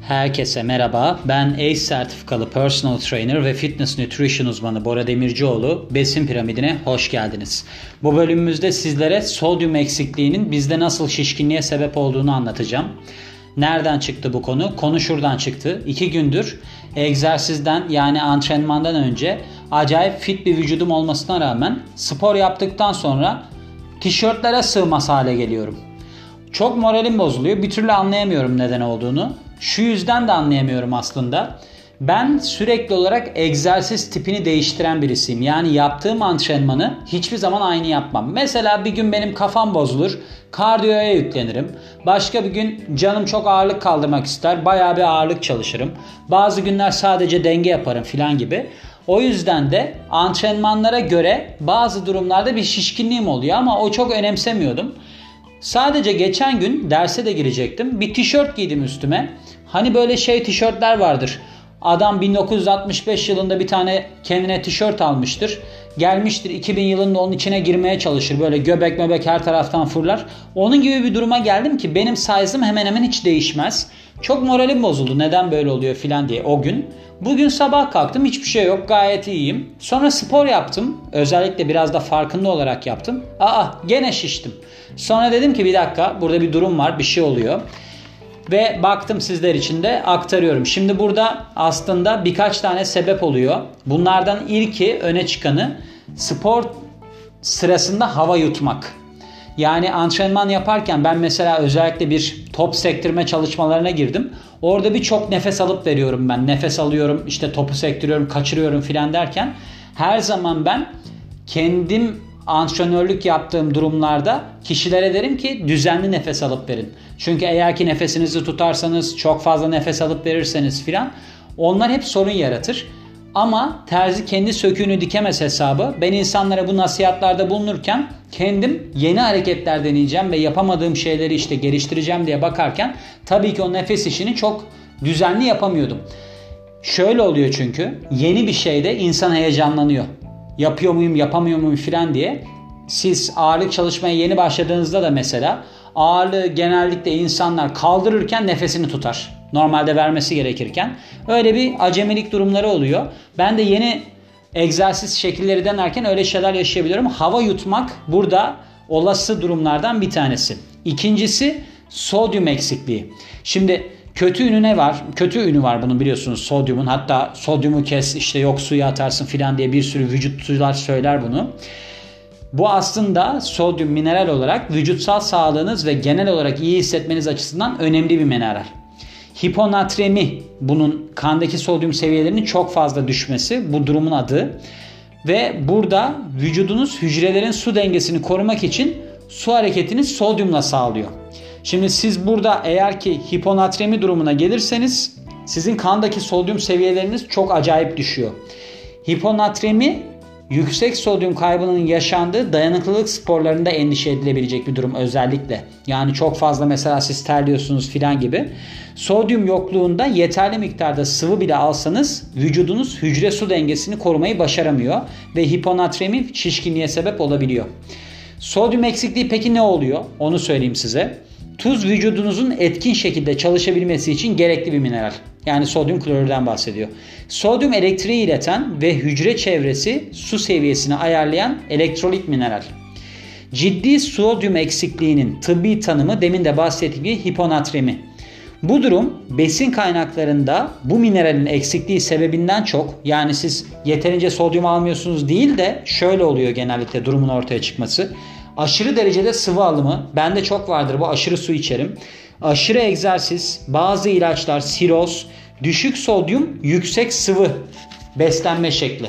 Herkese merhaba. Ben ACE sertifikalı personal trainer ve fitness nutrition uzmanı Bora Demircioğlu. Besin piramidine hoş geldiniz. Bu bölümümüzde sizlere sodyum eksikliğinin bizde nasıl şişkinliğe sebep olduğunu anlatacağım. Nereden çıktı bu konu? Konu şuradan çıktı. 2 gündür egzersizden yani antrenmandan önce acayip fit bir vücudum olmasına rağmen spor yaptıktan sonra tişörtlere sığmaz hale geliyorum. Çok moralim bozuluyor. Bir türlü anlayamıyorum neden olduğunu. Şu yüzden de anlayamıyorum aslında. Ben sürekli olarak egzersiz tipini değiştiren birisiyim. Yani yaptığım antrenmanı hiçbir zaman aynı yapmam. Mesela bir gün benim kafam bozulur, kardiyoya yüklenirim. Başka bir gün canım çok ağırlık kaldırmak ister, bayağı bir ağırlık çalışırım. Bazı günler sadece denge yaparım filan gibi. O yüzden de antrenmanlara göre bazı durumlarda bir şişkinliğim oluyor ama o çok önemsemiyordum. Sadece geçen gün derse de girecektim. Bir tişört giydim üstüme. Hani böyle tişörtler vardır. Adam 1965 yılında bir tane kendine tişört almıştır. Gelmiştir 2000 yılında onun içine girmeye çalışır. Böyle göbek möbek her taraftan fırlar. Onun gibi bir duruma geldim ki benim size'ım hemen hemen hiç değişmez. Çok moralim bozuldu. Neden böyle oluyor filan diye o gün. Bugün sabah kalktım, hiçbir şey yok, gayet iyiyim. Sonra spor yaptım. Özellikle biraz da farkında olarak yaptım. Gene şiştim. Sonra dedim ki bir dakika, burada bir durum var, bir şey oluyor. Ve baktım sizler için de aktarıyorum. Şimdi burada aslında birkaç tane sebep oluyor. Bunlardan ilki, öne çıkanı, spor sırasında hava yutmak. Yani antrenman yaparken ben mesela özellikle bir top sektirme çalışmalarına girdim. Orada birçok nefes alıp veriyorum ben. Nefes alıyorum, işte topu sektiriyorum, kaçırıyorum filan derken her zaman ben kendim antrenörlük yaptığım durumlarda kişilere derim ki düzenli nefes alıp verin. Çünkü eğer ki nefesinizi tutarsanız, çok fazla nefes alıp verirseniz filan onlar hep sorun yaratır. Ama terzi kendi söküğünü dikemez hesabı. Ben insanlara bu nasihatlarda bulunurken kendim yeni hareketler deneyeceğim ve yapamadığım şeyleri işte geliştireceğim diye bakarken tabii ki o nefes işini çok düzenli yapamıyordum. Şöyle oluyor çünkü yeni bir şeyde insan heyecanlanıyor. Yapıyor muyum, yapamıyor muyum filan diye. Siz ağırlık çalışmaya yeni başladığınızda da mesela ağırlığı genellikle insanlar kaldırırken nefesini tutar. Normalde vermesi gerekirken. Öyle bir acemilik durumları oluyor. Ben de yeni egzersiz şekilleri denerken öyle şeyler yaşayabiliyorum. Hava yutmak burada olası durumlardan bir tanesi. İkincisi sodyum eksikliği. Şimdi kötü ünü ne var? Kötü ünü var bunun, biliyorsunuz, sodyumun. Hatta sodyumu kes, işte yok suya atarsın filan diye bir sürü vücutçular söyler bunu. Bu aslında sodyum mineral olarak vücutsal sağlığınız ve genel olarak iyi hissetmeniz açısından önemli bir mineral. Hiponatremi, bunun kandaki sodyum seviyelerinin çok fazla düşmesi bu durumun adı. Ve burada vücudunuz hücrelerin su dengesini korumak için su hareketini sodyumla sağlıyor. Şimdi siz burada eğer ki hiponatremi durumuna gelirseniz sizin kandaki sodyum seviyeleriniz çok acayip düşüyor. Hiponatremi yüksek sodyum kaybının yaşandığı dayanıklılık sporlarında endişe edilebilecek bir durum özellikle. Yani çok fazla mesela siz terliyorsunuz filan gibi. Sodyum yokluğunda yeterli miktarda sıvı bile alsanız vücudunuz hücre su dengesini korumayı başaramıyor ve hiponatremi şişkinliğe sebep olabiliyor. Sodyum eksikliği peki ne oluyor? Onu söyleyeyim size. Tuz vücudunuzun etkin şekilde çalışabilmesi için gerekli bir mineral. Yani sodyum klorürden bahsediyor. Sodyum elektriği ileten ve hücre çevresi su seviyesini ayarlayan elektrolit mineral. Ciddi sodyum eksikliğinin tıbbi tanımı demin de bahsettiğim gibi hiponatremi. Bu durum besin kaynaklarında bu mineralin eksikliği sebebinden çok, yani siz yeterince sodyum almıyorsunuz değil de şöyle oluyor genellikle durumun ortaya çıkması. Aşırı derecede sıvı alımı, bende çok vardır bu, aşırı su içerim. Aşırı egzersiz, bazı ilaçlar, siroz, düşük sodyum, yüksek sıvı beslenme şekli.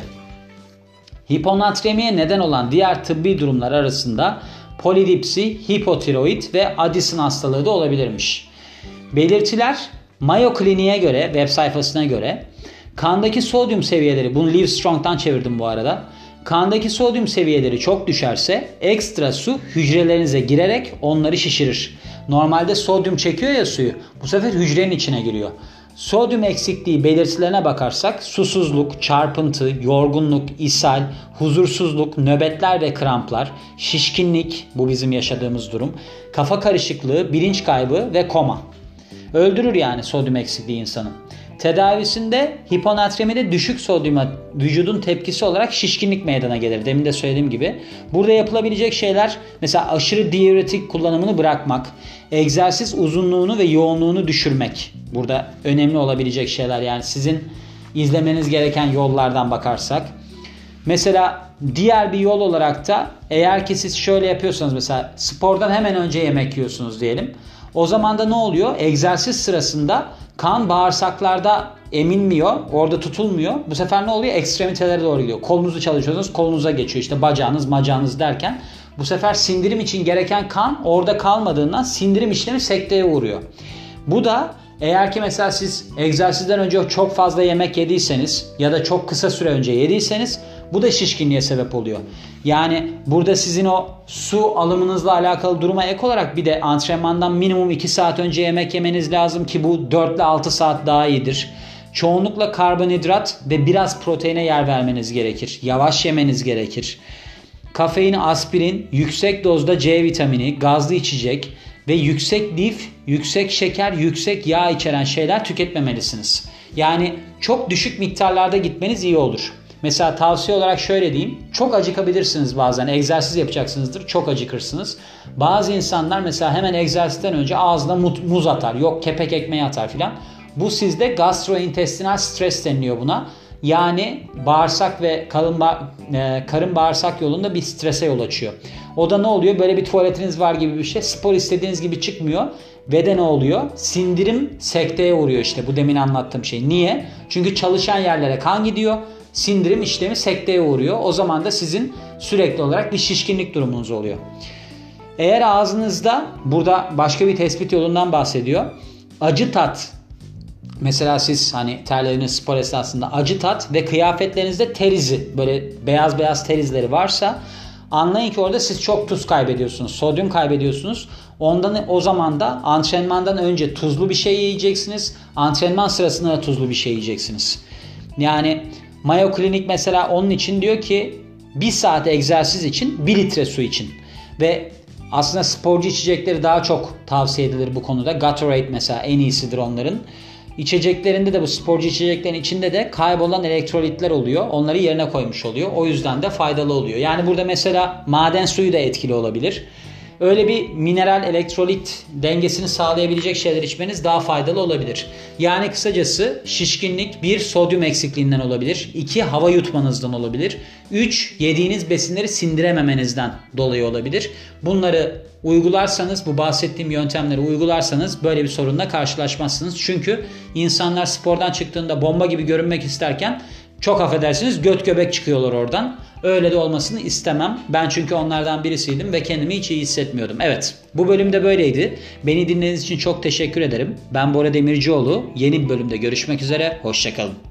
Hiponatremiye neden olan diğer tıbbi durumlar arasında polidipsi, hipotiroid ve Addison hastalığı da olabilirmiş. Belirtiler Mayo Clinic'e göre, web sayfasına göre kandaki sodyum seviyeleri, bunu Livestrong'dan çevirdim bu arada. Kandaki sodyum seviyeleri çok düşerse ekstra su hücrelerinize girerek onları şişirir. Normalde sodyum çekiyor ya suyu, bu sefer hücrenin içine giriyor. Sodyum eksikliği belirtilerine bakarsak susuzluk, çarpıntı, yorgunluk, ishal, huzursuzluk, nöbetler ve kramplar, şişkinlik, bu bizim yaşadığımız durum, kafa karışıklığı, bilinç kaybı ve koma. Öldürür yani sodyum eksikliği insanın. Tedavisinde hiponatremide düşük sodyuma vücudun tepkisi olarak şişkinlik meydana gelir. Demin de söylediğim gibi. Burada yapılabilecek şeyler mesela aşırı diüretik kullanımını bırakmak, egzersiz uzunluğunu ve yoğunluğunu düşürmek. Burada önemli olabilecek şeyler, yani sizin izlemeniz gereken yollardan bakarsak. Mesela diğer bir yol olarak da eğer ki siz şöyle yapıyorsanız, mesela spordan hemen önce yemek yiyorsunuz diyelim. O zaman da ne oluyor? Egzersiz sırasında kan bağırsaklarda emilmiyor, orada tutulmuyor. Bu sefer ne oluyor? Ekstremitelere doğru gidiyor. Kolunuzu çalışıyorsunuz, kolunuza geçiyor. İşte bacağınız derken bu sefer sindirim için gereken kan orada kalmadığından sindirim işlemi sekteye uğruyor. Bu da eğer ki mesela siz egzersizden önce çok fazla yemek yediyseniz ya da çok kısa süre önce yediyseniz bu da şişkinliğe sebep oluyor. Yani burada sizin o su alımınızla alakalı duruma ek olarak bir de antrenmandan minimum 2 saat önce yemek yemeniz lazım ki bu 4 ile 6 saat daha iyidir. Çoğunlukla karbonhidrat ve biraz proteine yer vermeniz gerekir. Yavaş yemeniz gerekir. Kafein, aspirin, yüksek dozda C vitamini, gazlı içecek ve yüksek lif, yüksek şeker, yüksek yağ içeren şeyler tüketmemelisiniz. Yani çok düşük miktarlarda gitmeniz iyi olur. Mesela tavsiye olarak şöyle diyeyim. Çok acıkabilirsiniz bazen. Egzersiz yapacaksınızdır. Çok acıkırsınız. Bazı insanlar mesela hemen egzersizden önce ağzına muz atar. Yok kepek ekmeği atar filan. Bu sizde gastrointestinal stres deniliyor buna. Yani bağırsak ve karın bağırsak yolunda bir strese yol açıyor. O da ne oluyor? Böyle bir tuvaletiniz var gibi bir şey. Spor istediğiniz gibi çıkmıyor. Ve de ne oluyor? Sindirim sekteye uğruyor işte. Bu demin anlattığım şey. Niye? Çünkü çalışan yerlere kan gidiyor. Sindirim işlemi sekteye uğruyor. O zaman da sizin sürekli olarak bir şişkinlik durumunuz oluyor. Eğer ağzınızda, burada başka bir tespit yolundan bahsediyor. Acı tat. Mesela siz hani terleriniz spor esnasında acı tat ve kıyafetlerinizde ter izi, böyle beyaz beyaz ter izleri varsa anlayın ki orada siz çok tuz kaybediyorsunuz. Sodyum kaybediyorsunuz. O zaman da antrenmandan önce tuzlu bir şey yiyeceksiniz. Antrenman sırasında da tuzlu bir şey yiyeceksiniz. Yani Mayo Clinic mesela onun için diyor ki 1 saat egzersiz için 1 litre su için. Ve aslında sporcu içecekleri daha çok tavsiye edilir bu konuda. Gatorade mesela en iyisidir onların. İçeceklerinde de, bu sporcu içeceklerin içinde de kaybolan elektrolitler oluyor. Onları yerine koymuş oluyor. O yüzden de faydalı oluyor. Yani burada mesela maden suyu da etkili olabilir. Öyle bir mineral elektrolit dengesini sağlayabilecek şeyler içmeniz daha faydalı olabilir. Yani kısacası şişkinlik 1 sodyum eksikliğinden olabilir. 2 hava yutmanızdan olabilir. 3 yediğiniz besinleri sindirememenizden dolayı olabilir. Bunları uygularsanız, bu bahsettiğim yöntemleri uygularsanız böyle bir sorunla karşılaşmazsınız. Çünkü insanlar spordan çıktığında bomba gibi görünmek isterken çok affedersiniz göt göbek çıkıyorlar oradan. Öyle de olmasını istemem. Ben çünkü onlardan birisiydim ve kendimi hiç iyi hissetmiyordum. Evet, bu bölümde böyleydi. Beni dinlediğiniz için çok teşekkür ederim. Ben Bora Demircioğlu. Yeni bir bölümde görüşmek üzere. Hoşça kalın.